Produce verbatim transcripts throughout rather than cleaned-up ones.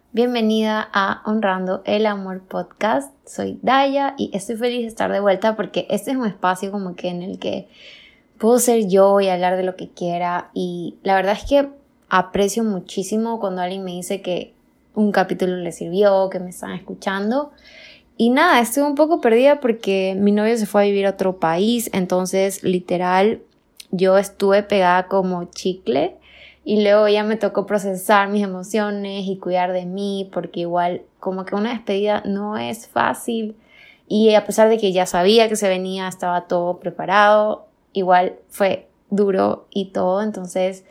Bienvenida a Honrando el Amor Podcast. Soy Daya y estoy feliz de estar de vuelta porque este es un espacio como que en el que puedo ser yo y hablar de lo que quiera, y la verdad es que aprecio muchísimo cuando alguien me dice que un capítulo le sirvió, que me están escuchando. Y nada, estuve un poco perdida porque mi novio se fue a vivir a otro país, entonces literal yo estuve pegada como chicle. Y luego ya me tocó procesar mis emociones y cuidar de mí, porque igual como que una despedida no es fácil. Y a pesar de que ya sabía que se venía, estaba todo preparado, igual fue duro y todo. Entonces,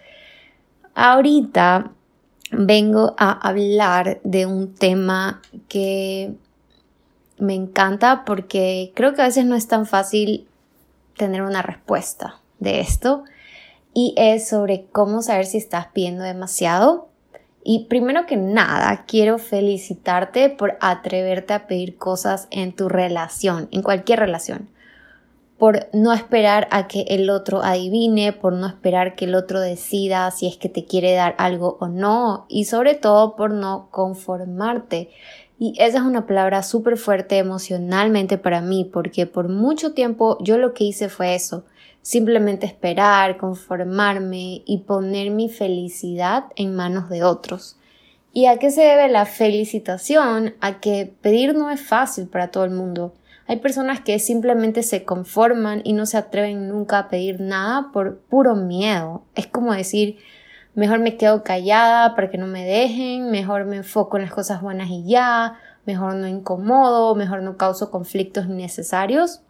ahorita vengo a hablar de un tema que me encanta porque creo que a veces no es tan fácil tener una respuesta de esto. Y es sobre cómo saber si estás pidiendo demasiado. Y primero que nada, quiero felicitarte por atreverte a pedir cosas en tu relación, en cualquier relación. Por no esperar a que el otro adivine, por no esperar que el otro decida si es que te quiere dar algo o no. Y sobre todo por no conformarte. Y esa es una palabra súper fuerte emocionalmente para mí, porque por mucho tiempo yo lo que hice fue eso. Simplemente esperar, conformarme y poner mi felicidad en manos de otros. ¿Y a qué se debe la felicitación? A que pedir no es fácil para todo el mundo. Hay personas que simplemente se conforman y no se atreven nunca a pedir nada por puro miedo. Es como decir, mejor me quedo callada para que no me dejen, mejor me enfoco en las cosas buenas y ya, mejor no incomodo, mejor no causo conflictos innecesarios.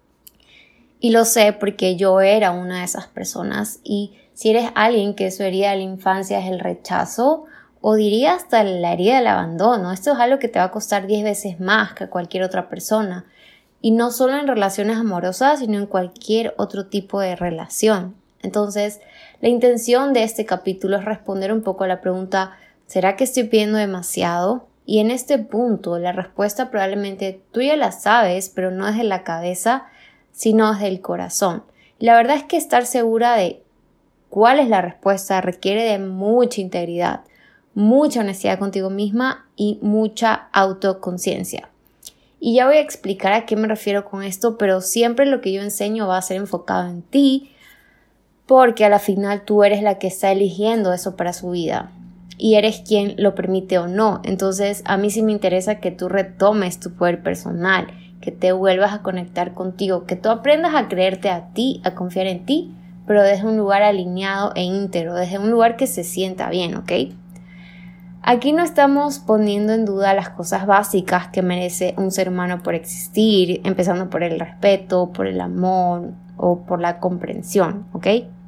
Y lo sé porque yo era una de esas personas, y si eres alguien que su herida de la infancia es el rechazo, o diría hasta la herida del abandono, esto es algo que te va a costar diez veces más que a cualquier otra persona. Y no solo en relaciones amorosas, sino en cualquier otro tipo de relación. Entonces, la intención de este capítulo es responder un poco a la pregunta, ¿será que estoy pidiendo demasiado? Y en este punto, la respuesta probablemente tú ya la sabes, pero no es de la cabeza, sino desde el corazón. La verdad es que estar segura de cuál es la respuesta requiere de mucha integridad, mucha honestidad contigo misma y mucha autoconciencia. Y ya voy a explicar a qué me refiero con esto, pero siempre lo que yo enseño va a ser enfocado en ti, porque a la final tú eres la que está eligiendo eso para su vida y eres quien lo permite o no. Entonces a mí sí me interesa que tú retomes tu poder personal, que te vuelvas a conectar contigo, que tú aprendas a creerte a ti, a confiar en ti, pero desde un lugar alineado e íntegro, desde un lugar que se sienta bien, ¿ok? Aquí no estamos poniendo en duda las cosas básicas que merece un ser humano por existir, empezando por el respeto, por el amor o por la comprensión, ¿ok?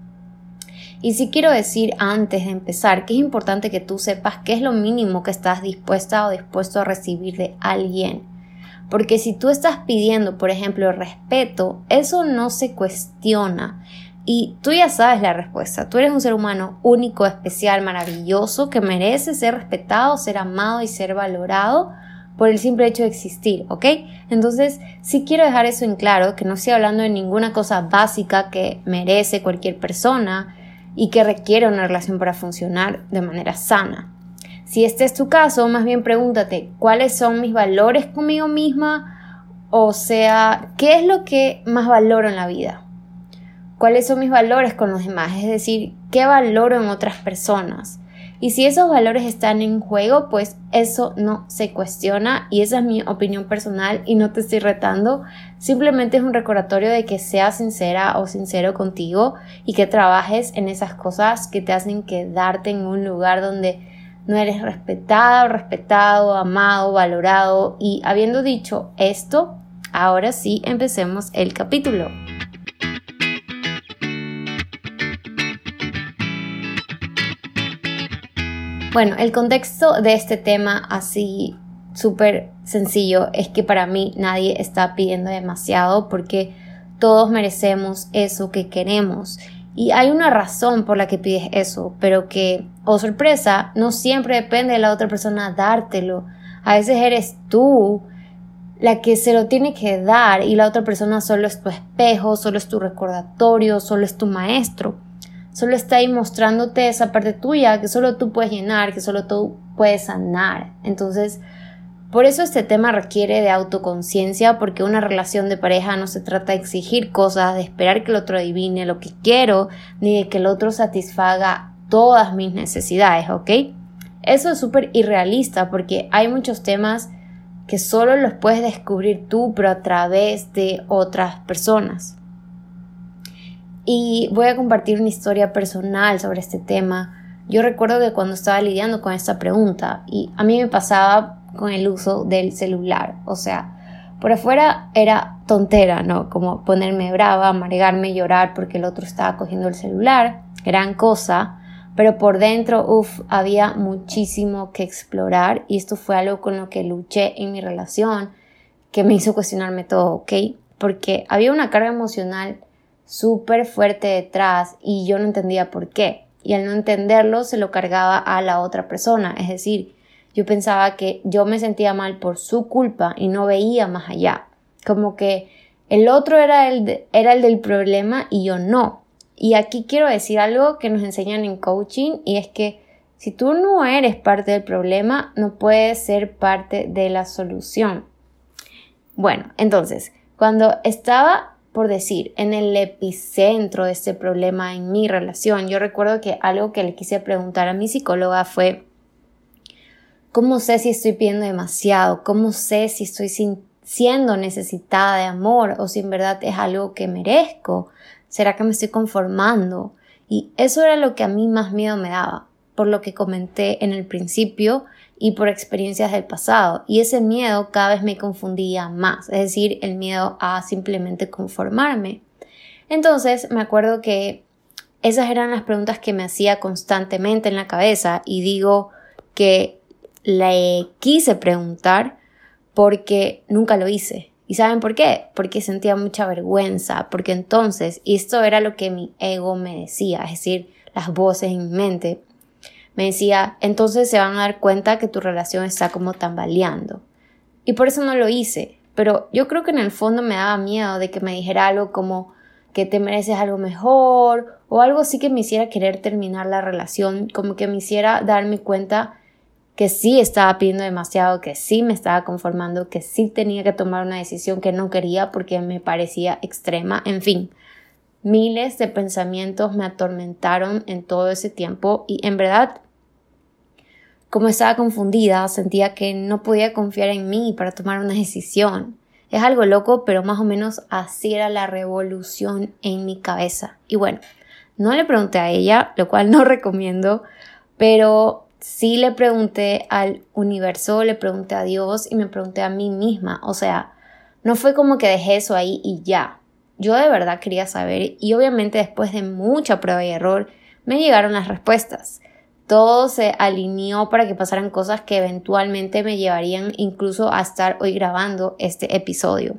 Y sí quiero decir antes de empezar que es importante que tú sepas qué es lo mínimo que estás dispuesta o dispuesto a recibir de alguien. Porque si tú estás pidiendo, por ejemplo, respeto, eso no se cuestiona. Y tú ya sabes la respuesta. Tú eres un ser humano único, especial, maravilloso, que merece ser respetado, ser amado y ser valorado por el simple hecho de existir, ¿ok? Entonces, sí quiero dejar eso en claro, que no estoy hablando de ninguna cosa básica que merece cualquier persona y que requiere una relación para funcionar de manera sana. Si este es tu caso, más bien pregúntate, ¿cuáles son mis valores conmigo misma? O sea, ¿qué es lo que más valoro en la vida? ¿Cuáles son mis valores con los demás? Es decir, ¿qué valoro en otras personas? Y si esos valores están en juego, pues eso no se cuestiona, y esa es mi opinión personal y no te estoy retando. Simplemente es un recordatorio de que seas sincera o sincero contigo y que trabajes en esas cosas que te hacen quedarte en un lugar donde no eres respetada o respetado, amado, valorado. Y habiendo dicho esto, ahora sí empecemos el capítulo. Bueno, el contexto de este tema así súper sencillo es que para mí nadie está pidiendo demasiado, porque todos merecemos eso que queremos. Y hay una razón por la que pides eso, pero que, oh sorpresa, no siempre depende de la otra persona dártelo. A veces eres tú la que se lo tiene que dar y la otra persona solo es tu espejo, solo es tu recordatorio, solo es tu maestro. solo está ahí mostrándote esa parte tuya que solo tú puedes llenar, que solo tú puedes sanar. Entonces, por eso este tema requiere de autoconciencia, porque una relación de pareja no se trata de exigir cosas, de esperar que el otro adivine lo que quiero, ni de que el otro satisfaga todas mis necesidades, ¿ok? Eso es súper irrealista porque hay muchos temas que solo los puedes descubrir tú, pero a través de otras personas. Y voy a compartir una historia personal sobre este tema. Yo recuerdo que cuando estaba lidiando con esta pregunta, y a mí me pasaba con el uso del celular, o sea, por afuera era tontera, ¿no? Como ponerme brava, amargarme, llorar porque el otro estaba cogiendo el celular, gran cosa, pero por dentro, uff, había muchísimo que explorar, y esto fue algo con lo que luché en mi relación, que me hizo cuestionarme todo, ¿ok? Porque había una carga emocional súper fuerte detrás y yo no entendía por qué, y al no entenderlo se lo cargaba a la otra persona, es decir, yo pensaba que yo me sentía mal por su culpa y no veía más allá. Como que el otro era el, de, era el del problema y yo no. Y aquí quiero decir algo que nos enseñan en coaching, y es que si tú no eres parte del problema, no puedes ser parte de la solución. Bueno, entonces, cuando estaba, por decir, en el epicentro de este problema en mi relación, yo recuerdo que algo que le quise preguntar a mi psicóloga fue: ¿cómo sé si estoy pidiendo demasiado? ¿Cómo sé si estoy sin, siendo necesitada de amor o si en verdad es algo que merezco? ¿Será que me estoy conformando? Y eso era lo que a mí más miedo me daba, por lo que comenté en el principio y por experiencias del pasado. Y ese miedo cada vez me confundía más, es decir, el miedo a simplemente conformarme. Entonces me acuerdo que esas eran las preguntas que me hacía constantemente en la cabeza, y digo que le quise preguntar porque nunca lo hice. ¿Y saben por qué? Porque sentía mucha vergüenza, porque entonces, y esto era lo que mi ego me decía, es decir, las voces en mi mente, me decía, entonces se van a dar cuenta que tu relación está como tambaleando. Y por eso no lo hice, pero yo creo que en el fondo me daba miedo de que me dijera algo como que te mereces algo mejor, o algo así que me hiciera querer terminar la relación, como que me hiciera darme cuenta que sí estaba pidiendo demasiado, que sí me estaba conformando, que sí tenía que tomar una decisión que no quería porque me parecía extrema. En fin, miles de pensamientos me atormentaron en todo ese tiempo, y en verdad, como estaba confundida, sentía que no podía confiar en mí para tomar una decisión. Es algo loco, pero más o menos así era la revolución en mi cabeza. Y bueno, no le pregunté a ella, lo cual no recomiendo, pero sí le pregunté al universo, le pregunté a Dios y me pregunté a mí misma. O sea, no fue como que dejé eso ahí y ya. Yo de verdad quería saber, y obviamente después de mucha prueba y error me llegaron las respuestas. Todo se alineó para que pasaran cosas que eventualmente me llevarían incluso a estar hoy grabando este episodio.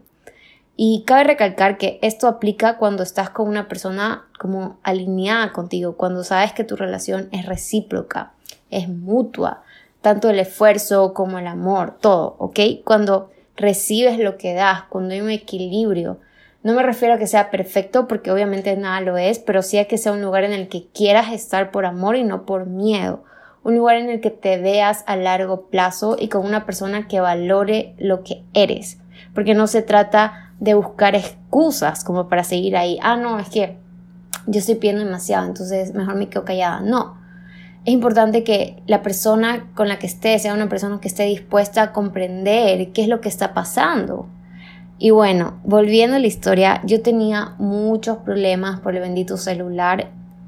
Y cabe recalcar que esto aplica cuando estás con una persona como alineada contigo, cuando sabes que tu relación es recíproca, es mutua, tanto el esfuerzo como el amor, todo, ¿ok? Cuando recibes lo que das, cuando hay un equilibrio. No me refiero a que sea perfecto, porque obviamente nada lo es, pero sí a que sea un lugar en el que quieras estar por amor y no por miedo. Un lugar en el que te veas a largo plazo y con una persona que valore lo que eres. Porque no se trata de buscar excusas como para seguir ahí. Ah, no, es que yo estoy pidiendo demasiado, entonces mejor me quedo callada. No. Es importante que la persona con la que esté sea una persona que esté dispuesta a comprender qué es lo que está pasando. Y bueno, volviendo a la historia, yo tenía muchos problemas por el bendito celular,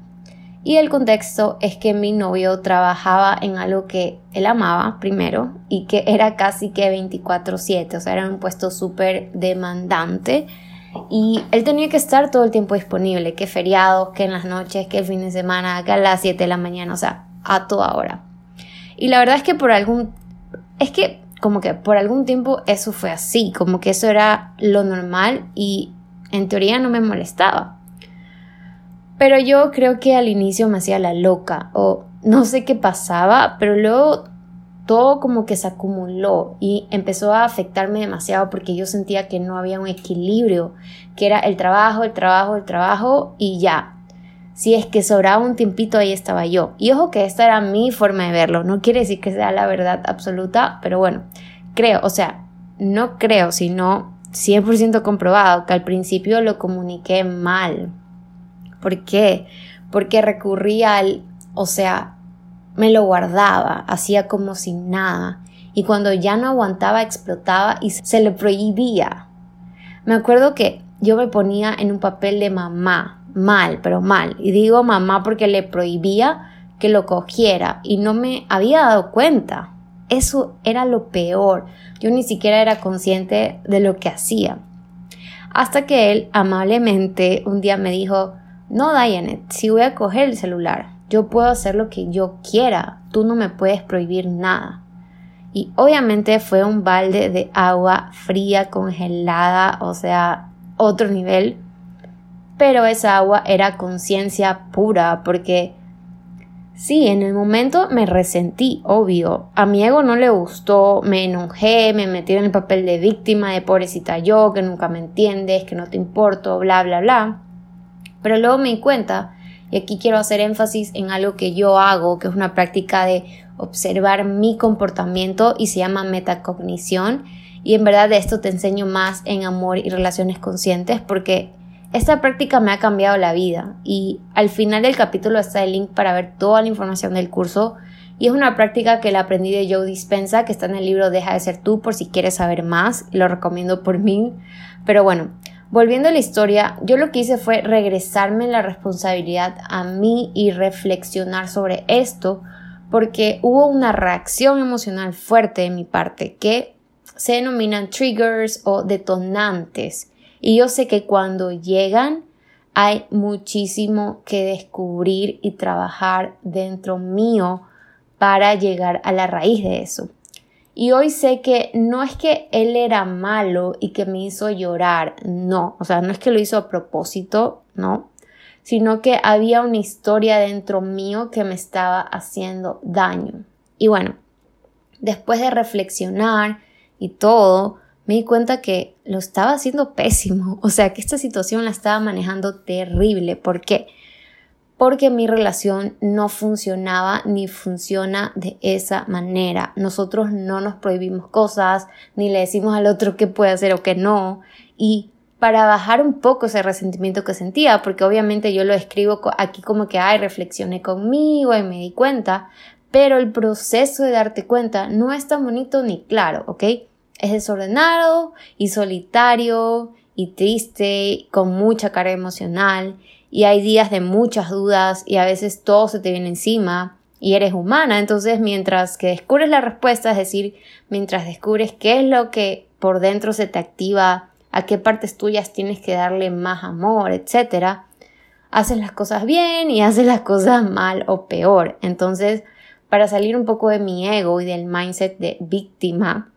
y el contexto es que mi novio trabajaba en algo que él amaba primero y que era casi que veinticuatro siete, o sea, era un puesto súper demandante y él tenía que estar todo el tiempo disponible, que feriados, que en las noches, que el fin de semana, que a las siete de la mañana, o sea, a toda hora. Y la verdad es que por algún... es que como que por algún tiempo eso fue así, como que eso era lo normal y en teoría no me molestaba. Pero yo creo que al inicio me hacía la loca o no sé qué pasaba, pero luego todo como que se acumuló y empezó a afectarme demasiado porque yo sentía que no había un equilibrio, que era el trabajo, el trabajo, el trabajo y ya. si es que sobraba un tiempito, ahí estaba yo. Y ojo que esta era mi forma de verlo, no quiere decir que sea la verdad absoluta, pero bueno, creo, o sea, no creo, sino cien por ciento comprobado que al principio lo comuniqué mal. ¿Por qué? Porque recurría al, o sea, me lo guardaba, hacía como si nada. Y cuando ya no aguantaba, explotaba y se le prohibía. Me acuerdo que yo me ponía en un papel de mamá, mal, pero mal. Y digo mamá porque le prohibía que lo cogiera y no me había dado cuenta. Eso era lo peor. Yo ni siquiera era consciente de lo que hacía. Hasta que él amablemente un día me dijo, no, Diane, si voy a coger el celular, yo puedo hacer lo que yo quiera. Tú no me puedes prohibir nada. Y obviamente fue un balde de agua fría, congelada, o sea, otro nivel. Pero esa agua era conciencia pura, porque sí, en el momento me resentí, obvio. A mi ego no le gustó, me enojé, me metí en el papel de víctima, de pobrecita yo, que nunca me entiendes, que no te importo, bla, bla, bla. Pero luego me di cuenta, y aquí quiero hacer énfasis en algo que yo hago, que es una práctica de observar mi comportamiento y se llama metacognición. Y en verdad de esto te enseño más en amor y relaciones conscientes, porque esta práctica me ha cambiado la vida. Y al final del capítulo está el link para ver toda la información del curso. Y es una práctica que la aprendí de Joe Dispenza, que está en el libro Deja de ser tú, por si quieres saber más. Lo recomiendo por mí. Pero bueno, volviendo a la historia, yo lo que hice fue regresarme la responsabilidad a mí y reflexionar sobre esto, porque hubo una reacción emocional fuerte de mi parte que se denominan triggers o detonantes. Y yo sé que cuando llegan hay muchísimo que descubrir y trabajar dentro mío para llegar a la raíz de eso. Y hoy sé que no es que él era malo y que me hizo llorar, no, o sea, no es que lo hizo a propósito, no, sino que había una historia dentro mío que me estaba haciendo daño. Y bueno, después de reflexionar y todo, me di cuenta que lo estaba haciendo pésimo, o sea, que esta situación la estaba manejando terrible. ¿Por qué? Porque mi relación no funcionaba ni funciona de esa manera. Nosotros no nos prohibimos cosas, ni le decimos al otro qué puede hacer o qué no. Y para bajar un poco ese resentimiento que sentía, porque obviamente yo lo escribo aquí como que, ay, reflexioné conmigo y me di cuenta, pero el proceso de darte cuenta no es tan bonito ni claro, ¿ok? Es desordenado y solitario y triste, con mucha carga emocional. Y hay días de muchas dudas y a veces todo se te viene encima y eres humana. Entonces, mientras que descubres la respuesta, es decir, mientras descubres qué es lo que por dentro se te activa, a qué partes tuyas tienes que darle más amor, etcétera, haces las cosas bien y haces las cosas mal o peor. Entonces, para salir un poco de mi ego y del mindset de víctima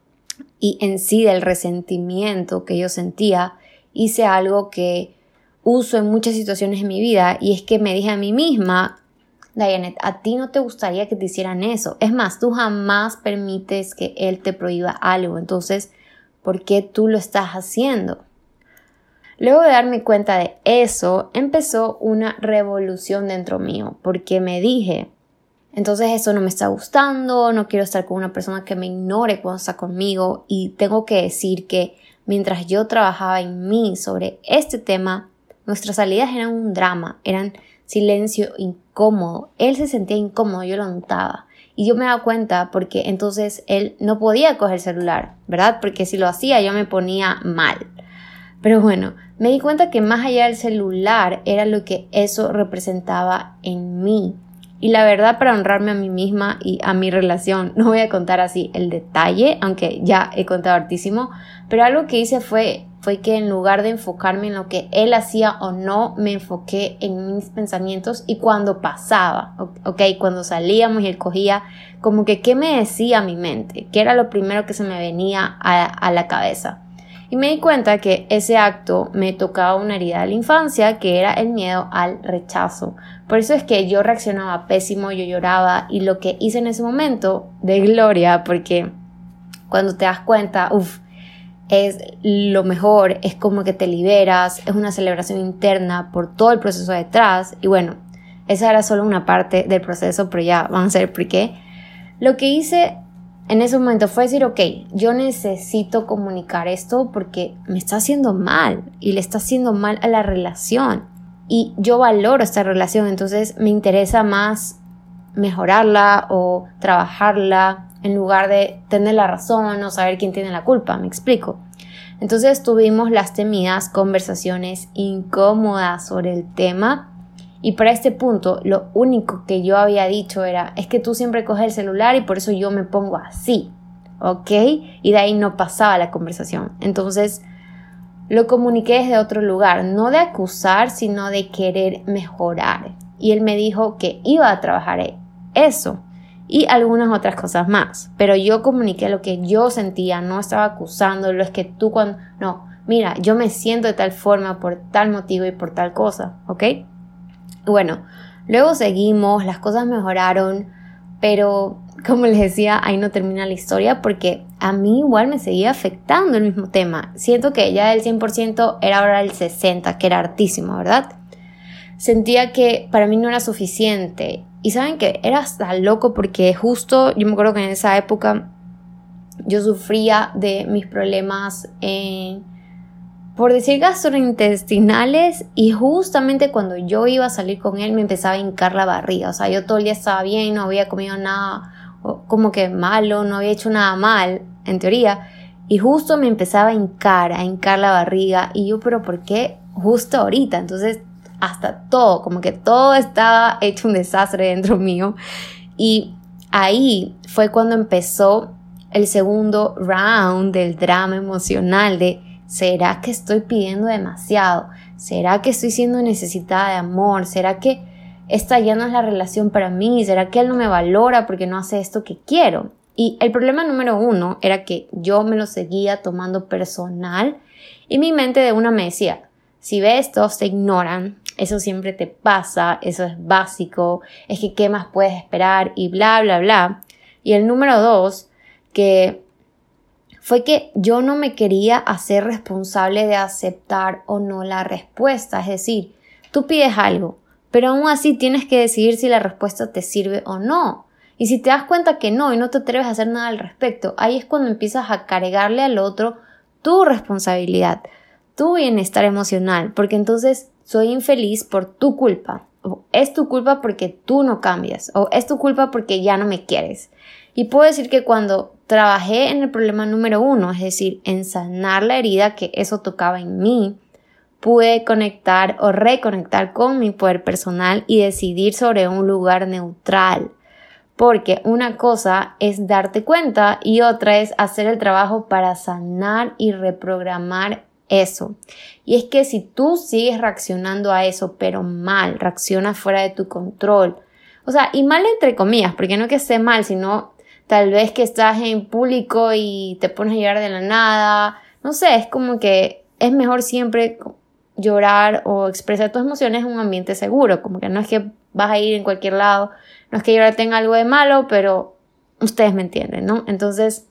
y en sí del resentimiento que yo sentía, hice algo que uso en muchas situaciones en mi vida, y es que me dije a mí misma, Diane, a ti no te gustaría que te hicieran eso. Es más, tú jamás permites que él te prohíba algo. Entonces, ¿por qué tú lo estás haciendo? Luego de darme cuenta de eso, empezó una revolución dentro mío, porque me dije, entonces eso no me está gustando, no quiero estar con una persona que me ignore cuando está conmigo, y tengo que decir que mientras yo trabajaba en mí sobre este tema, nuestras salidas eran un drama, eran silencio incómodo. Él se sentía incómodo, yo lo notaba. Y yo me daba cuenta porque entonces él no podía coger el celular, ¿verdad? Porque si lo hacía yo me ponía mal. Pero bueno, me di cuenta que más allá del celular era lo que eso representaba en mí. Y la verdad, para honrarme a mí misma y a mi relación, no voy a contar así el detalle, aunque ya he contado hartísimo, pero algo que hice fue, fue que en lugar de enfocarme en lo que él hacía o no, me enfoqué en mis pensamientos y cuando pasaba, ok, cuando salíamos y él cogía, como que qué me decía mi mente, qué era lo primero que se me venía a, a la cabeza. Y me di cuenta que ese acto me tocaba una herida de la infancia, que era el miedo al rechazo. Por eso es que yo reaccionaba pésimo, yo lloraba, y lo que hice en ese momento, de gloria, porque cuando te das cuenta, uff, es lo mejor, es como que te liberas, es una celebración interna por todo el proceso detrás. Y bueno, esa era solo una parte del proceso, pero ya vamos a ver por qué. Lo que hice en ese momento fue decir, ok, yo necesito comunicar esto porque me está haciendo mal y le está haciendo mal a la relación. Y yo valoro esta relación, entonces me interesa más mejorarla o trabajarla en lugar de tener la razón o saber quién tiene la culpa, me explico. Entonces tuvimos las temidas conversaciones incómodas sobre el tema y para este punto lo único que yo había dicho era es que tú siempre coges el celular y por eso yo me pongo así, ¿ok? Y de ahí no pasaba la conversación. Entonces lo comuniqué desde otro lugar, no de acusar, sino de querer mejorar. Y él me dijo que iba a trabajar eso y algunas otras cosas más. Pero yo comuniqué lo que yo sentía, no estaba acusándolo, es que tú cuando... No, mira, yo me siento de tal forma por tal motivo y por tal cosa, ¿ok? Bueno, luego seguimos, las cosas mejoraron, pero como les decía, ahí no termina la historia porque a mí igual me seguía afectando el mismo tema. Siento que ya del cien por ciento era ahora el sesenta por ciento, que era hartísimo, ¿verdad? Sentía que para mí no era suficiente. Y saben que era hasta loco porque justo yo me acuerdo que en esa época yo sufría de mis problemas en, por decir, gastrointestinales, y justamente cuando yo iba a salir con él me empezaba a hincar la barriga. O sea, yo todo el día estaba bien, no había comido nada como que malo, no había hecho nada mal, en teoría, y justo me empezaba a hincar, a hincar la barriga, y yo, pero ¿por qué justo ahorita? Entonces, hasta todo, como que todo estaba hecho un desastre dentro mío, y ahí fue cuando empezó el segundo round del drama emocional de ¿será que estoy pidiendo demasiado? ¿Será que estoy siendo necesitada de amor? ¿Será que esta ya no es la relación para mí? ¿Será que él no me valora porque no hace esto que quiero? Y el problema número uno era que yo me lo seguía tomando personal y mi mente de una me decía, si ves, todos te ignoran, eso siempre te pasa, eso es básico, es que qué más puedes esperar y bla, bla, bla. Y el número dos, que fue que yo no me quería hacer responsable de aceptar o no la respuesta. Es decir, tú pides algo, pero aún así tienes que decidir si la respuesta te sirve o no. Y si te das cuenta que no y no te atreves a hacer nada al respecto, ahí es cuando empiezas a cargarle al otro tu responsabilidad, tu bienestar emocional, porque entonces soy infeliz por tu culpa, o es tu culpa porque tú no cambias, o es tu culpa porque ya no me quieres. Y puedo decir que cuando trabajé en el problema número uno, es decir, en sanar la herida que eso tocaba en mí, pude conectar o reconectar con mi poder personal y decidir sobre un lugar neutral. Porque una cosa es darte cuenta y otra es hacer el trabajo para sanar y reprogramar eso. Y es que si tú sigues reaccionando a eso, pero mal, reaccionas fuera de tu control, o sea, y mal entre comillas, porque no es que esté mal, sino tal vez que estás en público y te pones a llorar de la nada, no sé, es como que es mejor siempre llorar o expresar tus emociones en un ambiente seguro, como que no es que vas a ir en cualquier lado, no es que llorar tenga algo de malo, pero ustedes me entienden, ¿no? Entonces,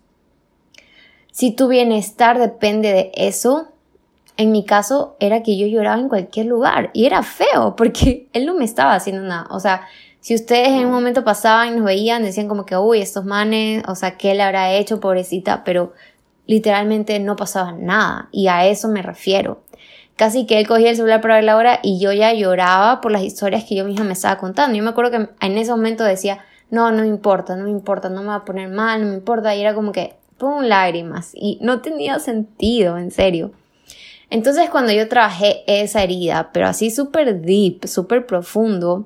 si tu bienestar depende de eso, en mi caso era que yo lloraba en cualquier lugar y era feo porque él no me estaba haciendo nada. O sea, si ustedes en un momento pasaban y nos veían, decían como que, uy, estos manes, o sea, ¿qué le habrá hecho, pobrecita? Pero literalmente no pasaba nada y a eso me refiero. Casi que él cogía el celular para ver la hora y yo ya lloraba por las historias que yo misma me estaba contando. Yo me acuerdo que en ese momento decía, no, no me importa, no me importa, no me va a poner mal, no me importa. Y era como que, pum, lágrimas. Y no tenía sentido, en serio. Entonces cuando yo trabajé esa herida, pero así súper deep, súper profundo,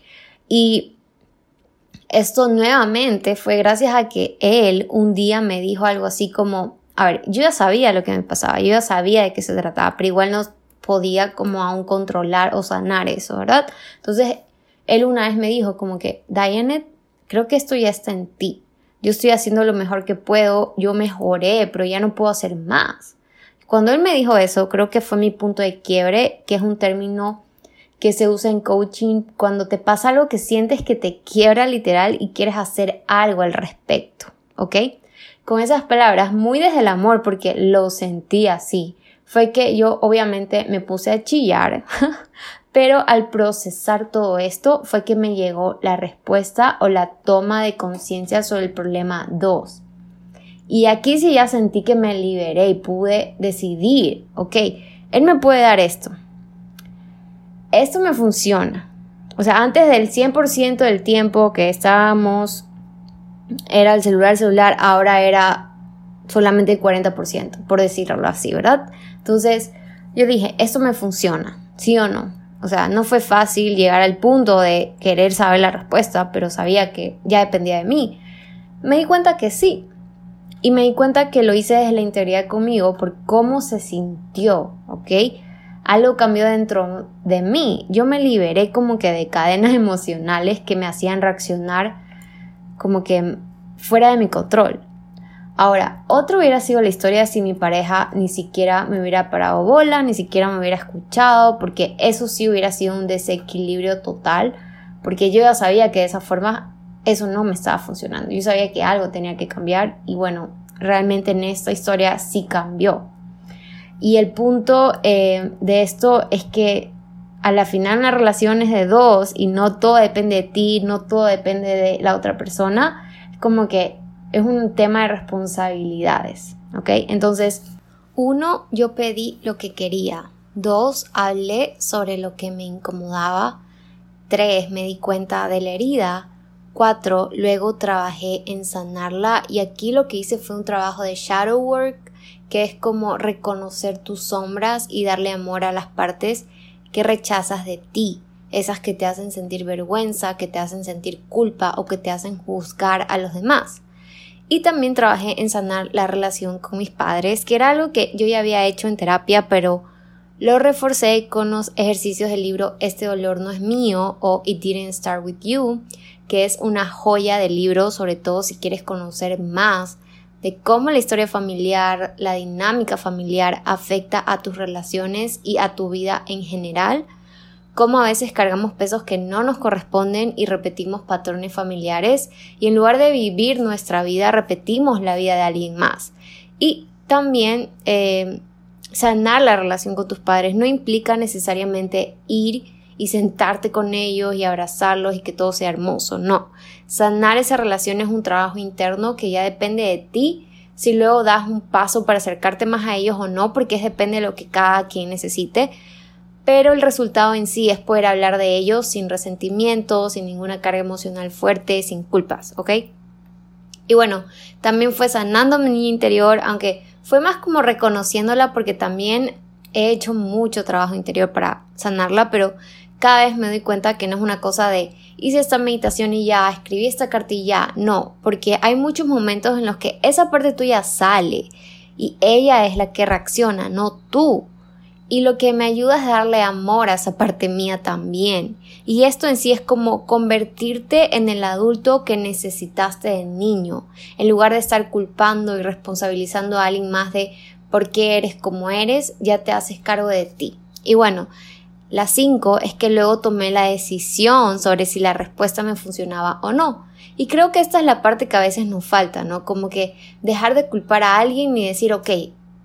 y esto nuevamente fue gracias a que él un día me dijo algo así como, a ver, yo ya sabía lo que me pasaba, yo ya sabía de qué se trataba, pero igual no podía como aún controlar o sanar eso, ¿verdad? Entonces, él una vez me dijo como que, Diane, creo que esto ya está en ti. Yo estoy haciendo lo mejor que puedo, yo mejoré, pero ya no puedo hacer más. Cuando él me dijo eso, creo que fue mi punto de quiebre, que es un término que se usa en coaching cuando te pasa algo que sientes que te quiebra literal y quieres hacer algo al respecto. ¿ok? Con esas palabras, muy desde el amor, porque lo sentí así, fue que yo obviamente me puse a chillar, pero al procesar todo esto fue que me llegó la respuesta o la toma de conciencia sobre el problema dos. Y aquí sí ya sentí que me liberé y pude decidir, ok, él me puede dar esto. Esto me funciona. O sea, antes del cien por ciento del tiempo que estábamos, era el celular, el celular, ahora era solamente el cuarenta por ciento, por decirlo así, ¿verdad? Entonces, yo dije, esto me funciona, ¿sí o no? O sea, no fue fácil llegar al punto de querer saber la respuesta, pero sabía que ya dependía de mí. Me di cuenta que sí. Y me di cuenta que lo hice desde la integridad conmigo por cómo se sintió, ¿ok? Algo cambió dentro de mí. Yo me liberé como que de cadenas emocionales que me hacían reaccionar como que fuera de mi control. Ahora, otro hubiera sido la historia si mi pareja ni siquiera me hubiera parado bola, ni siquiera me hubiera escuchado, porque eso sí hubiera sido un desequilibrio total, porque yo ya sabía que de esa forma eso no me estaba funcionando. Yo sabía que algo tenía que cambiar y bueno, realmente en esta historia sí cambió. Y el punto eh, de esto es que a la final una relación es de dos y no todo depende de ti, no todo depende de la otra persona. Es como que es un tema de responsabilidades, ¿ok? Entonces, uno, yo pedí lo que quería. Dos, hablé sobre lo que me incomodaba. Tres, me di cuenta de la herida. Cuatro, luego trabajé en sanarla y aquí lo que hice fue un trabajo de shadow work, que es como reconocer tus sombras y darle amor a las partes que rechazas de ti, esas que te hacen sentir vergüenza, que te hacen sentir culpa o que te hacen juzgar a los demás. Y también trabajé en sanar la relación con mis padres, que era algo que yo ya había hecho en terapia, pero lo reforcé con los ejercicios del libro Este dolor no es mío o It Didn't Start With You, que es una joya de libro, sobre todo si quieres conocer más de cómo la historia familiar, la dinámica familiar afecta a tus relaciones y a tu vida en general, cómo a veces cargamos pesos que no nos corresponden y repetimos patrones familiares y en lugar de vivir nuestra vida repetimos la vida de alguien más. Y también eh, sanar la relación con tus padres no implica necesariamente ir y sentarte con ellos y abrazarlos y que todo sea hermoso, no. Sanar esa relación es un trabajo interno que ya depende de ti si luego das un paso para acercarte más a ellos o no, porque es depende de lo que cada quien necesite, pero el resultado en sí es poder hablar de ellos sin resentimiento, sin ninguna carga emocional fuerte, sin culpas, ¿ok? Y bueno, también fue sanando mi niña interior, aunque fue más como reconociéndola porque también he hecho mucho trabajo interior para sanarla, pero cada vez me doy cuenta que no es una cosa de hice esta meditación y ya, escribí esta cartilla, no, porque hay muchos momentos en los que esa parte tuya sale y ella es la que reacciona, no tú. Y lo que me ayuda es darle amor a esa parte mía también. Y esto en sí es como convertirte en el adulto que necesitaste de niño, en lugar de estar culpando y responsabilizando a alguien más de por qué eres como eres, ya te haces cargo de ti. Y bueno, la cinco es que luego tomé la decisión sobre si la respuesta me funcionaba o no. Y creo que esta es la parte que a veces nos falta, ¿no? Como que dejar de culpar a alguien y decir, ok,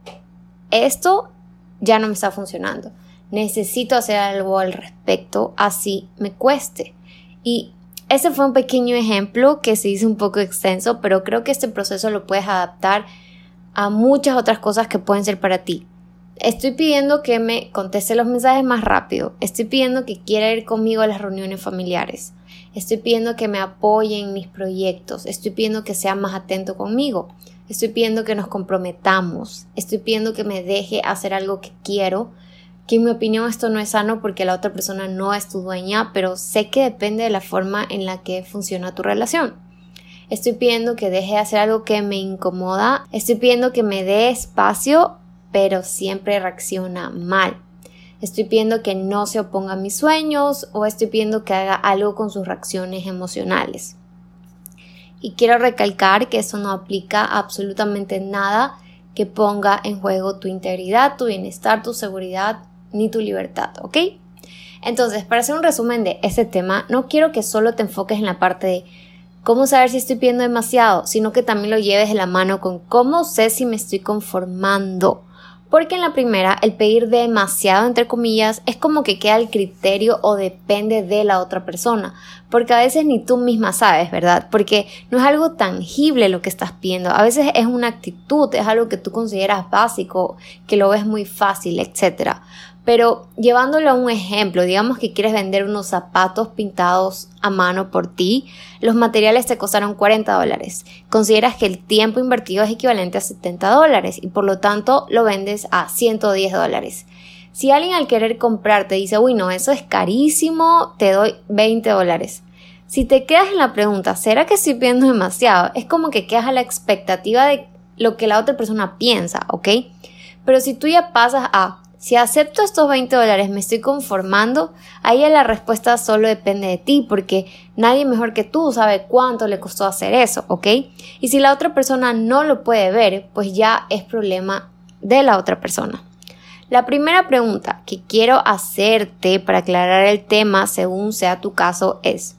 esto ya no me está funcionando. Necesito hacer algo al respecto, así me cueste. Y ese fue un pequeño ejemplo que se hizo un poco extenso, pero creo que este proceso lo puedes adaptar a muchas otras cosas que pueden ser para ti. Estoy pidiendo que me conteste los mensajes más rápido. Estoy pidiendo que quiera ir conmigo a las reuniones familiares. Estoy pidiendo que me apoye en mis proyectos. Estoy pidiendo que sea más atento conmigo. Estoy pidiendo que nos comprometamos. Estoy pidiendo que me deje hacer algo que quiero. Que en mi opinión esto no es sano porque la otra persona no es tu dueña, pero sé que depende de la forma en la que funciona tu relación. Estoy pidiendo que deje de hacer algo que me incomoda. Estoy pidiendo que me dé espacio, pero siempre reacciona mal. Estoy pidiendo que no se oponga a mis sueños o estoy pidiendo que haga algo con sus reacciones emocionales. Y quiero recalcar que eso no aplica a absolutamente nada que ponga en juego tu integridad, tu bienestar, tu seguridad ni tu libertad, ¿ok? Entonces, para hacer un resumen de este tema, no quiero que solo te enfoques en la parte de cómo saber si estoy pidiendo demasiado, sino que también lo lleves de la mano con cómo sé si me estoy conformando. Porque en la primera, el pedir demasiado, entre comillas, es como que queda el criterio o depende de la otra persona. Porque a veces ni tú misma sabes, ¿verdad? Porque no es algo tangible lo que estás pidiendo. A veces es una actitud, es algo que tú consideras básico, que lo ves muy fácil, etcétera. Pero llevándolo a un ejemplo, digamos que quieres vender unos zapatos pintados a mano por ti, los materiales te costaron cuarenta dólares. Consideras que el tiempo invertido es equivalente a setenta dólares y por lo tanto lo vendes a ciento diez dólares. Si alguien al querer comprar te dice, uy no, eso es carísimo, te doy veinte dólares. Si te quedas en la pregunta, ¿será que estoy pidiendo demasiado? Es como que quedas a la expectativa de lo que la otra persona piensa, ¿ok? Pero si tú ya pasas a si acepto estos veinte dólares, me estoy conformando, ahí la respuesta solo depende de ti, porque nadie mejor que tú sabe cuánto le costó hacer eso, ¿ok? Y si la otra persona no lo puede ver, pues ya es problema de la otra persona. La primera pregunta que quiero hacerte para aclarar el tema, según sea tu caso, es: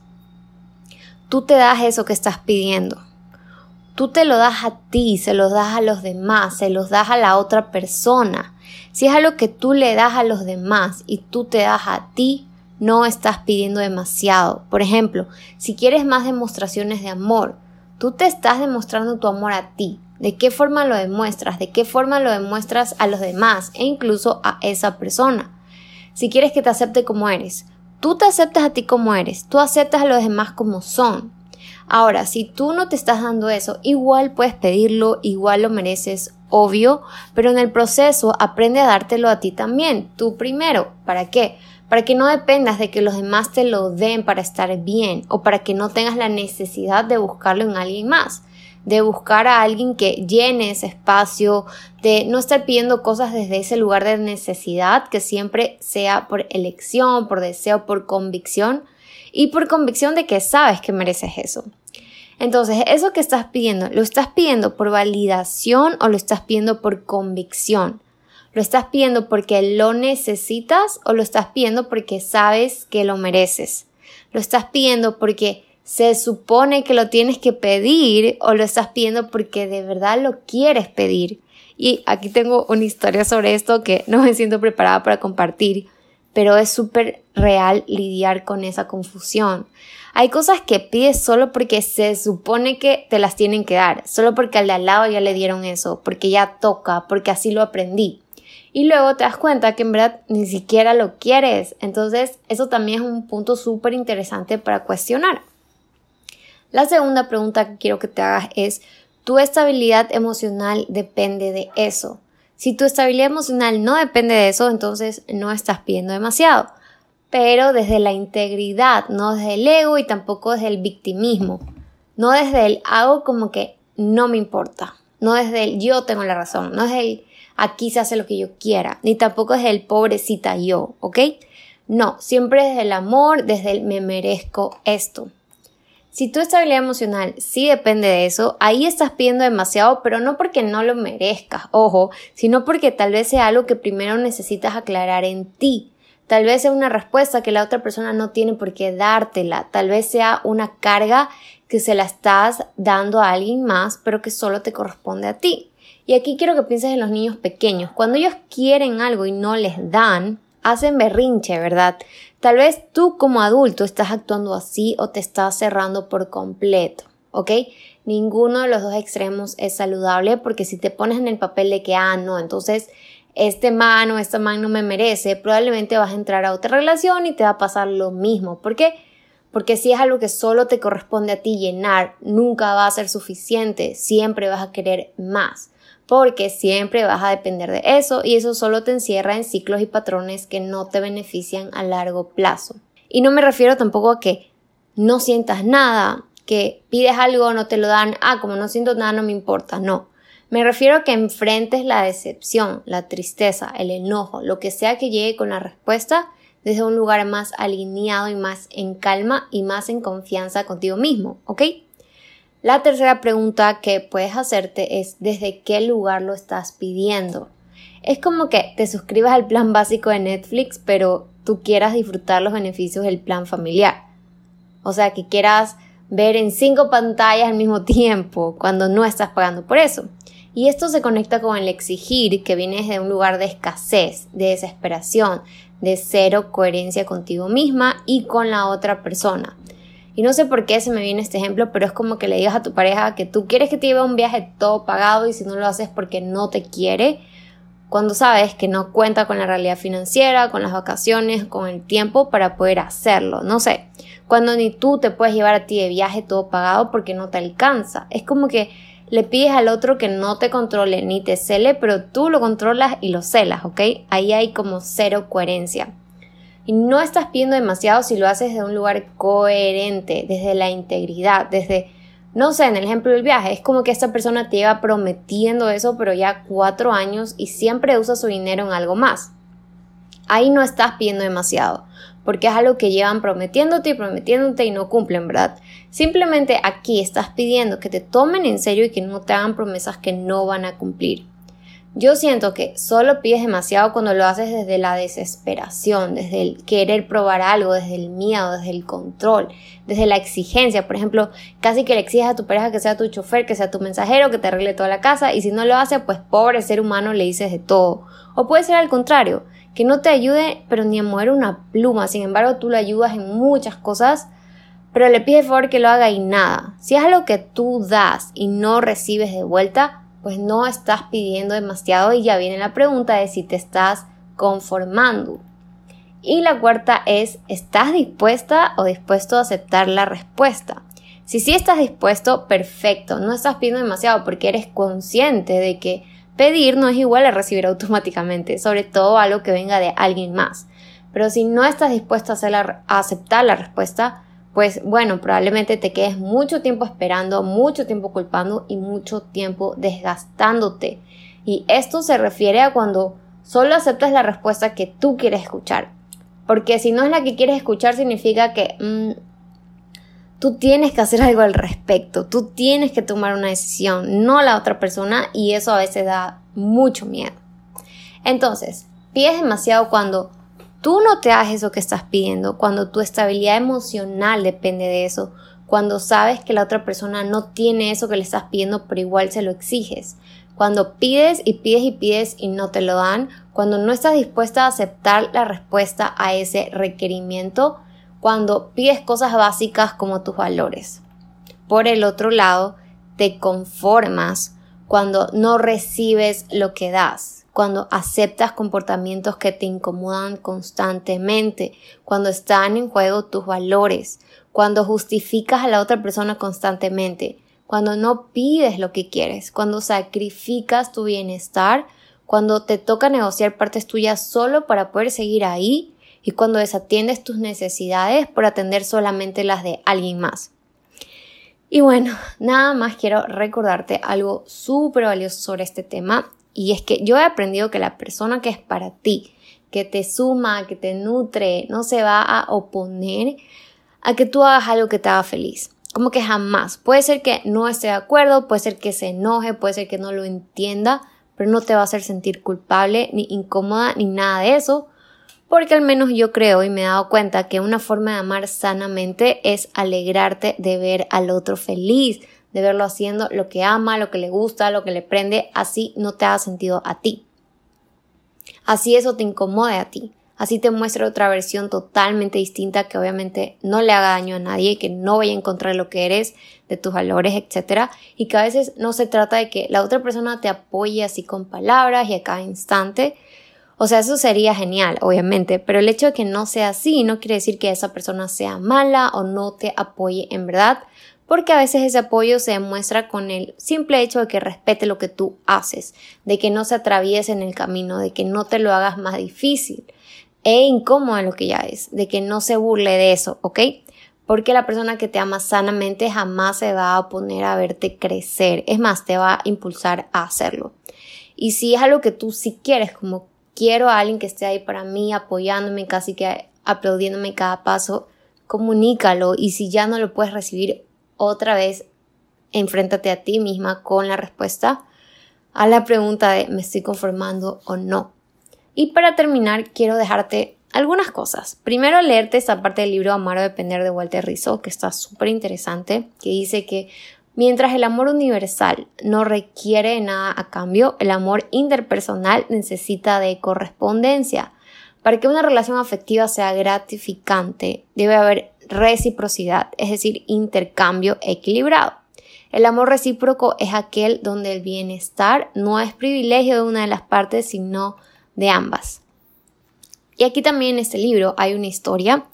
¿tú te das eso que estás pidiendo? Tú te lo das a ti, se los das a los demás, se los das a la otra persona. Si es algo que tú le das a los demás y tú te das a ti, no estás pidiendo demasiado. Por ejemplo, si quieres más demostraciones de amor, tú te estás demostrando tu amor a ti. ¿De qué forma lo demuestras? ¿De qué forma lo demuestras a los demás e incluso a esa persona? Si quieres que te acepte como eres, tú te aceptas a ti como eres, tú aceptas a los demás como son. Ahora, si tú no te estás dando eso, igual puedes pedirlo, igual lo mereces, obvio, pero en el proceso aprende a dártelo a ti también, tú primero. ¿Para qué? Para que no dependas de que los demás te lo den para estar bien o para que no tengas la necesidad de buscarlo en alguien más, de buscar a alguien que llene ese espacio, de no estar pidiendo cosas desde ese lugar de necesidad, que siempre sea por elección, por deseo, por convicción y por convicción de que sabes que mereces eso. Entonces, eso que estás pidiendo, ¿lo estás pidiendo por validación o lo estás pidiendo por convicción? ¿Lo estás pidiendo porque lo necesitas o lo estás pidiendo porque sabes que lo mereces? ¿Lo estás pidiendo porque se supone que lo tienes que pedir o lo estás pidiendo porque de verdad lo quieres pedir? Y aquí tengo una historia sobre esto que no me siento preparada para compartir, pero es súper real lidiar con esa confusión. Hay cosas que pides solo porque se supone que te las tienen que dar, solo porque al de al lado ya le dieron eso, porque ya toca, porque así lo aprendí. Y luego te das cuenta que en verdad ni siquiera lo quieres. Entonces, eso también es un punto súper interesante para cuestionar. La segunda pregunta que quiero que te hagas es: ¿tu estabilidad emocional depende de eso? Si tu estabilidad emocional no depende de eso, entonces no estás pidiendo demasiado. Pero desde la integridad, no desde el ego y tampoco desde el victimismo. No desde el hago como que no me importa. No desde el yo tengo la razón. No desde el aquí se hace lo que yo quiera. Ni tampoco desde el pobrecita yo, ¿ok? No, siempre desde el amor, desde el me merezco esto. Si tu estabilidad emocional sí depende de eso, ahí estás pidiendo demasiado, pero no porque no lo merezcas, ojo, sino porque tal vez sea algo que primero necesitas aclarar en ti. Tal vez sea una respuesta que la otra persona no tiene por qué dártela. Tal vez sea una carga que se la estás dando a alguien más, pero que solo te corresponde a ti. Y aquí quiero que pienses en los niños pequeños. Cuando ellos quieren algo y no les dan, hacen berrinche, ¿verdad? Tal vez tú como adulto estás actuando así o te estás cerrando por completo, ¿ok? Ninguno de los dos extremos es saludable, porque si te pones en el papel de que, ah, no, entonces este man o esta man no me merece, probablemente vas a entrar a otra relación y te va a pasar lo mismo. ¿Por qué? Porque si es algo que solo te corresponde a ti llenar, nunca va a ser suficiente, siempre vas a querer más. Porque siempre vas a depender de eso y eso solo te encierra en ciclos y patrones que no te benefician a largo plazo. Y no me refiero tampoco a que no sientas nada, que pides algo, no te lo dan, ah, como no siento nada no me importa, no. Me refiero a que enfrentes la decepción, la tristeza, el enojo, lo que sea que llegue con la respuesta desde un lugar más alineado y más en calma y más en confianza contigo mismo, ¿ok? La tercera pregunta que puedes hacerte es: ¿desde qué lugar lo estás pidiendo? Es como que te suscribas al plan básico de Netflix, pero tú quieras disfrutar los beneficios del plan familiar. O sea, que quieras ver en cinco pantallas al mismo tiempo cuando no estás pagando por eso. Y esto se conecta con el exigir, que viene desde un lugar de escasez, de desesperación, de cero coherencia contigo misma y con la otra persona. Y no sé por qué se me viene este ejemplo, pero es como que le digas a tu pareja que tú quieres que te lleve a un viaje todo pagado y si no lo haces porque no te quiere, cuando sabes que no cuenta con la realidad financiera, con las vacaciones, con el tiempo para poder hacerlo. No sé, cuando ni tú te puedes llevar a ti de viaje todo pagado porque no te alcanza. Es como que le pides al otro que no te controle ni te cele, pero tú lo controlas y lo celas, ¿ok? Ahí hay como cero coherencia. Y no estás pidiendo demasiado si lo haces de un lugar coherente, desde la integridad, desde, no sé, en el ejemplo del viaje, es como que esta persona te lleva prometiendo eso, pero ya cuatro años y siempre usa su dinero en algo más. Ahí no estás pidiendo demasiado, porque es algo que llevan prometiéndote y prometiéndote y no cumplen, ¿verdad? Simplemente aquí estás pidiendo que te tomen en serio y que no te hagan promesas que no van a cumplir. Yo siento que solo pides demasiado cuando lo haces desde la desesperación, desde el querer probar algo, desde el miedo, desde el control, desde la exigencia. Por ejemplo, casi que le exiges a tu pareja que sea tu chofer, que sea tu mensajero, que te arregle toda la casa y si no lo hace, pues pobre ser humano le dices de todo. O puede ser al contrario, que no te ayude pero ni a mover una pluma, sin embargo tú lo ayudas en muchas cosas, pero le pides por favor que lo haga y nada. Si es algo que tú das y no recibes de vuelta, pues no estás pidiendo demasiado y ya viene la pregunta de si te estás conformando. Y la cuarta es, ¿estás dispuesta o dispuesto a aceptar la respuesta? Si sí estás dispuesto, perfecto, no estás pidiendo demasiado porque eres consciente de que pedir no es igual a recibir automáticamente, sobre todo algo que venga de alguien más. Pero si no estás dispuesto a, hacer la, a aceptar la respuesta, pues bueno, probablemente te quedes mucho tiempo esperando, mucho tiempo culpando y mucho tiempo desgastándote. Y esto se refiere a cuando solo aceptas la respuesta que tú quieres escuchar. Porque si no es la que quieres escuchar, significa que mmm, tú tienes que hacer algo al respecto. Tú tienes que tomar una decisión, no la otra persona, y eso a veces da mucho miedo. Entonces, pides demasiado cuando tú no te das eso que estás pidiendo, cuando tu estabilidad emocional depende de eso, cuando sabes que la otra persona no tiene eso que le estás pidiendo, pero igual se lo exiges, cuando pides y pides y pides y no te lo dan, cuando no estás dispuesta a aceptar la respuesta a ese requerimiento, cuando pides cosas básicas como tus valores. Por el otro lado, te conformas cuando no recibes lo que das. Cuando aceptas comportamientos que te incomodan constantemente, cuando están en juego tus valores, cuando justificas a la otra persona constantemente, cuando no pides lo que quieres, cuando sacrificas tu bienestar, cuando te toca negociar partes tuyas solo para poder seguir ahí y cuando desatiendes tus necesidades por atender solamente las de alguien más. Y bueno, nada más quiero recordarte algo súper valioso sobre este tema. Y es que yo he aprendido que la persona que es para ti, que te suma, que te nutre, no se va a oponer a que tú hagas algo que te haga feliz. Como que jamás. Puede ser que no esté de acuerdo, puede ser que se enoje, puede ser que no lo entienda, pero no te va a hacer sentir culpable, ni incómoda, ni nada de eso. Porque al menos yo creo y me he dado cuenta que una forma de amar sanamente es alegrarte de ver al otro feliz, de verlo haciendo lo que ama, lo que le gusta, lo que le prende, así no te haga sentido a ti. Así eso te incomode a ti. Así te muestra otra versión totalmente distinta que obviamente no le haga daño a nadie, que no vaya a encontrar lo que eres, de tus valores, etcétera. Y que a veces no se trata de que la otra persona te apoye así con palabras y a cada instante. O sea, eso sería genial, obviamente, pero el hecho de que no sea así no quiere decir que esa persona sea mala o no te apoye en verdad, porque a veces ese apoyo se demuestra con el simple hecho de que respete lo que tú haces, de que no se atraviese en el camino, de que no te lo hagas más difícil e incómodo en lo que ya es, de que no se burle de eso, ¿ok? Porque la persona que te ama sanamente jamás se va a oponer a verte crecer, es más, te va a impulsar a hacerlo. Y si es algo que tú sí quieres, como quiero a alguien que esté ahí para mí, apoyándome, casi que aplaudiéndome cada paso, comunícalo, y si ya no lo puedes recibir, otra vez enfréntate a ti misma con la respuesta a la pregunta de ¿me estoy conformando o no? Y para terminar, quiero dejarte algunas cosas. Primero, leerte esta parte del libro Amar o Depender de Walter Rizzo, que está súper interesante, que dice que mientras el amor universal no requiere nada a cambio, el amor interpersonal necesita de correspondencia. Para que una relación afectiva sea gratificante, debe haber reciprocidad, es decir, intercambio equilibrado. El amor recíproco es aquel donde el bienestar no es privilegio de una de las partes, sino de ambas. Y aquí también en este libro hay una historia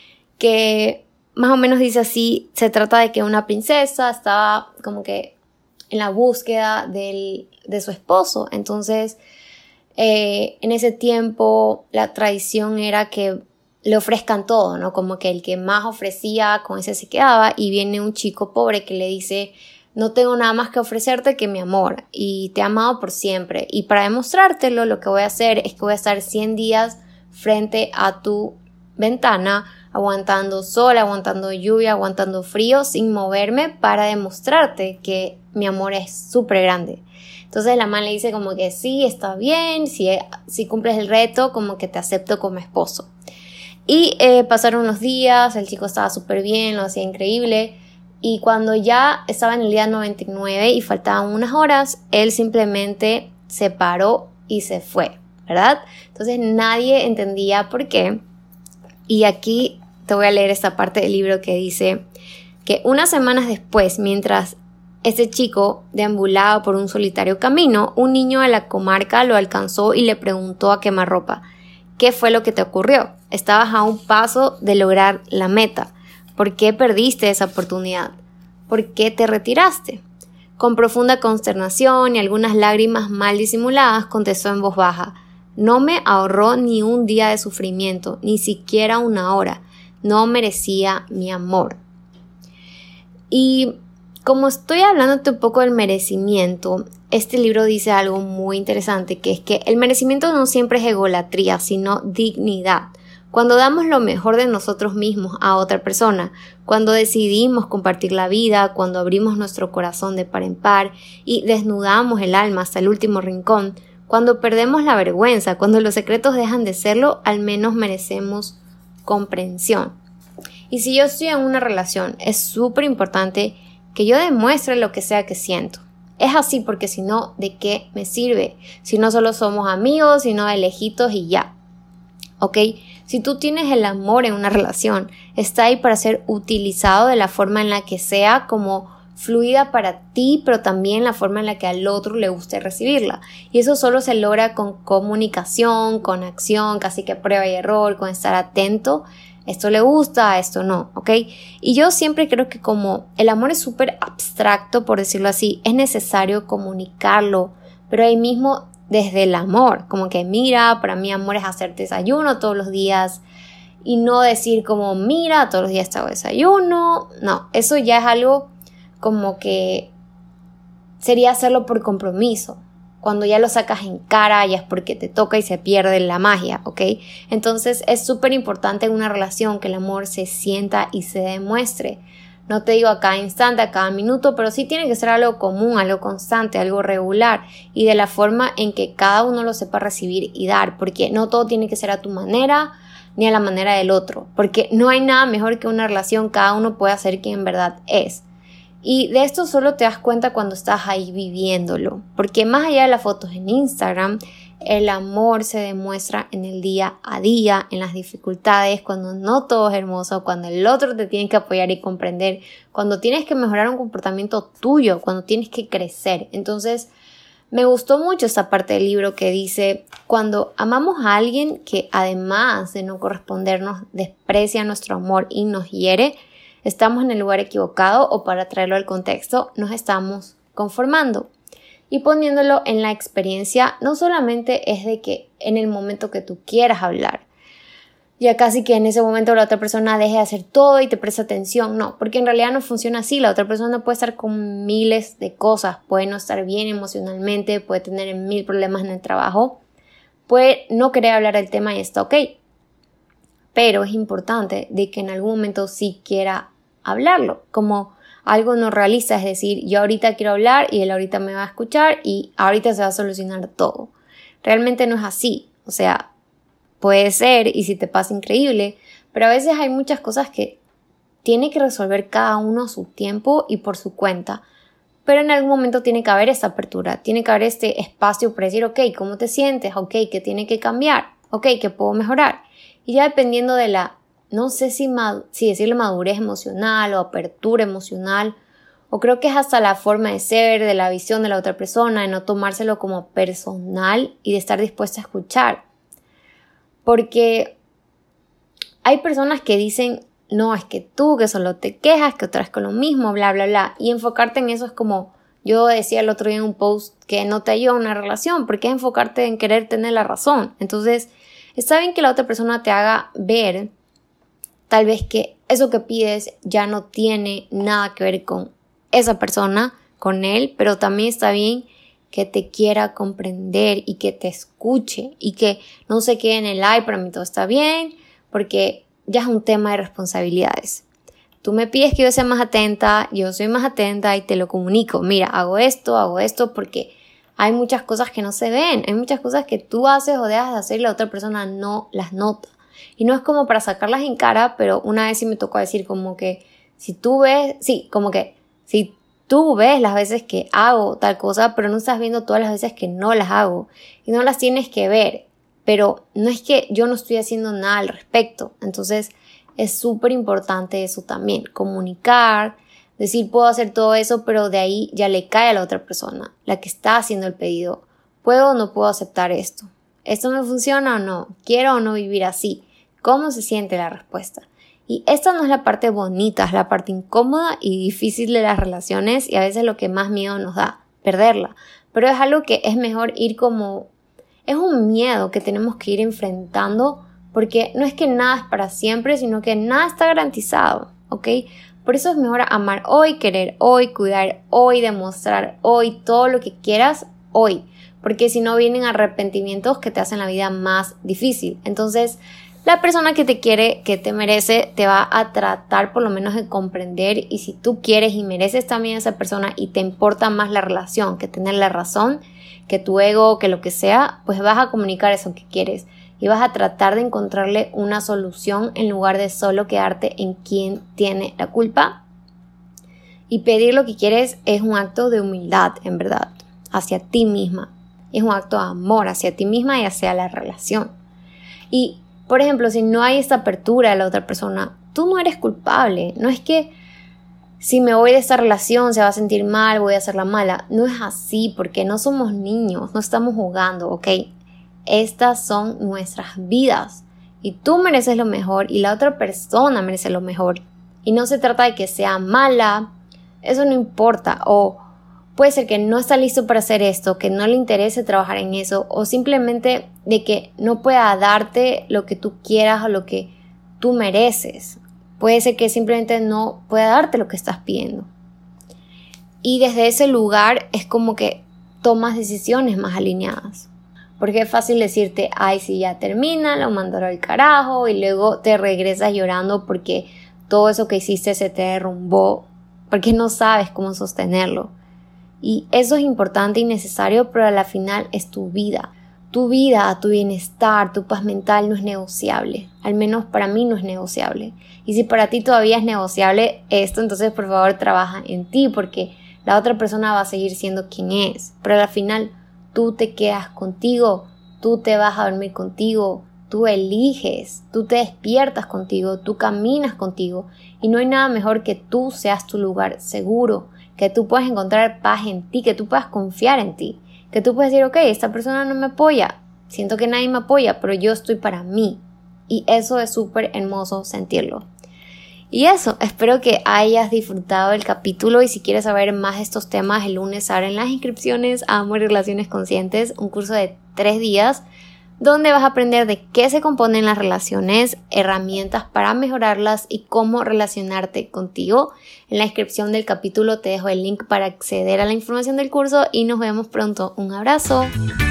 que más o menos dice así, se trata de que una princesa estaba como que en la búsqueda del, de su esposo. Entonces, eh, en ese tiempo la tradición era que le ofrezcan todo, ¿no? Como que el que más ofrecía, con ese se quedaba, y viene un chico pobre que le dice: no tengo nada más que ofrecerte que mi amor, y te he amado por siempre, y para demostrártelo lo que voy a hacer es que voy a estar cien días frente a tu ventana, aguantando sol, aguantando lluvia, aguantando frío, sin moverme, para demostrarte que mi amor es súper grande. Entonces la man le dice como que sí, está bien, si, si cumples el reto, como que te acepto como esposo. Y eh, pasaron los días, el chico estaba súper bien, lo hacía increíble, y cuando ya estaba en el día noventa y nueve y faltaban unas horas, él simplemente se paró y se fue, ¿verdad? Entonces nadie entendía por qué. Y aquí te voy a leer esta parte del libro que dice que unas semanas después, mientras este chico deambulaba por un solitario camino, un niño de la comarca lo alcanzó y le preguntó a quemarropa: ¿qué fue lo que te ocurrió? Estabas a un paso de lograr la meta. ¿Por qué perdiste esa oportunidad? ¿Por qué te retiraste? Con profunda consternación y algunas lágrimas mal disimuladas, contestó en voz baja: no me ahorró ni un día de sufrimiento, ni siquiera una hora. No merecía mi amor. Y como estoy hablándote un poco del merecimiento, este libro dice algo muy interesante, que es que el merecimiento no siempre es egolatría, sino dignidad. Cuando damos lo mejor de nosotros mismos a otra persona, cuando decidimos compartir la vida, cuando abrimos nuestro corazón de par en par y desnudamos el alma hasta el último rincón, cuando perdemos la vergüenza, cuando los secretos dejan de serlo, al menos merecemos comprensión. Y si yo estoy en una relación, es súper importante que yo demuestre lo que sea que siento. Es así porque si no, ¿de qué me sirve? Si no solo somos amigos, sino de lejitos y ya. ¿Ok? Si tú tienes el amor en una relación, está ahí para ser utilizado de la forma en la que sea, como fluida para ti, pero también la forma en la que al otro le guste recibirla. Y eso solo se logra con comunicación, con acción, casi que prueba y error, con estar atento. Esto le gusta, esto no, ¿ok? Y yo siempre creo que como el amor es súper abstracto, por decirlo así, es necesario comunicarlo, pero ahí mismo desde el amor, como que mira, para mí amor es hacerte desayuno todos los días, y no decir como mira, todos los días te hago desayuno. No, eso ya es algo como que sería hacerlo por compromiso. Cuando ya lo sacas en cara, ya es porque te toca y se pierde la magia, ¿ok? Entonces es súper importante en una relación que el amor se sienta y se demuestre. No te digo a cada instante, a cada minuto, pero sí tiene que ser algo común, algo constante, algo regular, y de la forma en que cada uno lo sepa recibir y dar, porque no todo tiene que ser a tu manera ni a la manera del otro, porque no hay nada mejor que una relación, cada uno puede ser quien en verdad es. Y de esto solo te das cuenta cuando estás ahí viviéndolo, porque más allá de las fotos en Instagram, el amor se demuestra en el día a día, en las dificultades, cuando no todo es hermoso, cuando el otro te tiene que apoyar y comprender, cuando tienes que mejorar un comportamiento tuyo, cuando tienes que crecer. Entonces, me gustó mucho esta parte del libro que dice, cuando amamos a alguien que además de no correspondernos, desprecia nuestro amor y nos hiere, estamos en el lugar equivocado, o para traerlo al contexto, nos estamos conformando. Y poniéndolo en la experiencia, no solamente es de que en el momento que tú quieras hablar, ya casi que en ese momento la otra persona deje de hacer todo y te presta atención, no, porque en realidad no funciona así. La otra persona puede estar con miles de cosas, puede no estar bien emocionalmente, puede tener mil problemas en el trabajo, puede no querer hablar del tema y está ok. Pero es importante de que en algún momento sí quiera hablarlo, como algo no realista, es decir, yo ahorita quiero hablar y él ahorita me va a escuchar y ahorita se va a solucionar todo. Realmente no es así, o sea, puede ser, y si te pasa, increíble, pero a veces hay muchas cosas que tiene que resolver cada uno a su tiempo y por su cuenta. Pero en algún momento tiene que haber esta apertura, tiene que haber este espacio para decir, ok, ¿cómo te sientes? Ok, ¿qué tiene que cambiar? Ok, ¿qué puedo mejorar? Y ya dependiendo de la, no sé si, mad- si decirle madurez emocional o apertura emocional, o creo que es hasta la forma de ser, de la visión de la otra persona, de no tomárselo como personal y de estar dispuesta a escuchar. Porque hay personas que dicen, no, es que tú, que solo te quejas, que otra vez con lo mismo, bla, bla, bla. Y enfocarte en eso es como, yo decía el otro día en un post, que no te ayuda a una relación, porque es enfocarte en querer tener la razón. Entonces, está bien que la otra persona te haga ver, tal vez que eso que pides ya no tiene nada que ver con esa persona, con él, pero también está bien que te quiera comprender y que te escuche y que no se quede en el ay, para mí todo está bien, porque ya es un tema de responsabilidades. Tú me pides que yo sea más atenta, yo soy más atenta y te lo comunico. Mira, hago esto, hago esto porque hay muchas cosas que no se ven, hay muchas cosas que tú haces o dejas de hacer y la otra persona no las nota. Y no es como para sacarlas en cara, pero una vez sí me tocó decir como que si tú ves, sí, como que si tú ves las veces que hago tal cosa, pero no estás viendo todas las veces que no las hago y no las tienes que ver. Pero no es que yo no estoy haciendo nada al respecto. Entonces es súper importante eso también. Comunicar, decir puedo hacer todo eso, pero de ahí ya le cae a la otra persona, la que está haciendo el pedido. ¿Puedo o no puedo aceptar esto? ¿Esto me funciona o no? ¿Quiero o no vivir así? ¿Cómo se siente la respuesta? Y esta no es la parte bonita, es la parte incómoda y difícil de las relaciones y a veces lo que más miedo nos da, perderla. Pero es algo que es mejor ir como... Es un miedo que tenemos que ir enfrentando porque no es que nada es para siempre, sino que nada está garantizado, ¿ok? Por eso es mejor amar hoy, querer hoy, cuidar hoy, demostrar hoy, todo lo que quieras hoy. Porque si no vienen arrepentimientos que te hacen la vida más difícil. Entonces, la persona que te quiere, que te merece, te va a tratar por lo menos de comprender. Y si tú quieres y mereces también a esa persona y te importa más la relación que tener la razón, que tu ego, que lo que sea, pues vas a comunicar eso que quieres y vas a tratar de encontrarle una solución en lugar de solo quedarte en quién tiene la culpa. Y pedir lo que quieres es un acto de humildad, en verdad, hacia ti misma. Es un acto de amor hacia ti misma y hacia la relación. Y, por ejemplo, si no hay esta apertura de la otra persona, tú no eres culpable. No es que si me voy de esta relación se va a sentir mal, voy a hacerla mala. No es así porque no somos niños, no estamos jugando, ¿ok? Estas son nuestras vidas y tú mereces lo mejor y la otra persona merece lo mejor. Y no se trata de que sea mala, eso no importa. O puede ser que no está listo para hacer esto, que no le interese trabajar en eso o simplemente de que no pueda darte lo que tú quieras o lo que tú mereces. Puede ser que simplemente no pueda darte lo que estás pidiendo. Y desde ese lugar es como que tomas decisiones más alineadas. Porque es fácil decirte, ay, si ya termina, lo mandaré al carajo y luego te regresas llorando porque todo eso que hiciste se te derrumbó, porque no sabes cómo sostenerlo. Y eso es importante y necesario, pero a la final es tu vida. Tu vida, tu bienestar, tu paz mental no es negociable. Al menos para mí no es negociable. Y si para ti todavía es negociable esto, entonces por favor trabaja en ti porque la otra persona va a seguir siendo quien es. Pero al final tú te quedas contigo, tú te vas a dormir contigo, tú eliges, tú te despiertas contigo, tú caminas contigo. Y no hay nada mejor que tú seas tu lugar seguro, que tú puedas encontrar paz en ti, que tú puedas confiar en ti. Que tú puedes decir, ok, esta persona no me apoya, siento que nadie me apoya, pero yo estoy para mí. Y eso es súper hermoso sentirlo. Y eso, espero que hayas disfrutado el capítulo y si quieres saber más de estos temas, el lunes abren las inscripciones a Amor y Relaciones Conscientes, un curso de tres días donde vas a aprender de qué se componen las relaciones, herramientas para mejorarlas y cómo relacionarte contigo. En la descripción del capítulo te dejo el link para acceder a la información del curso y nos vemos pronto. Un abrazo.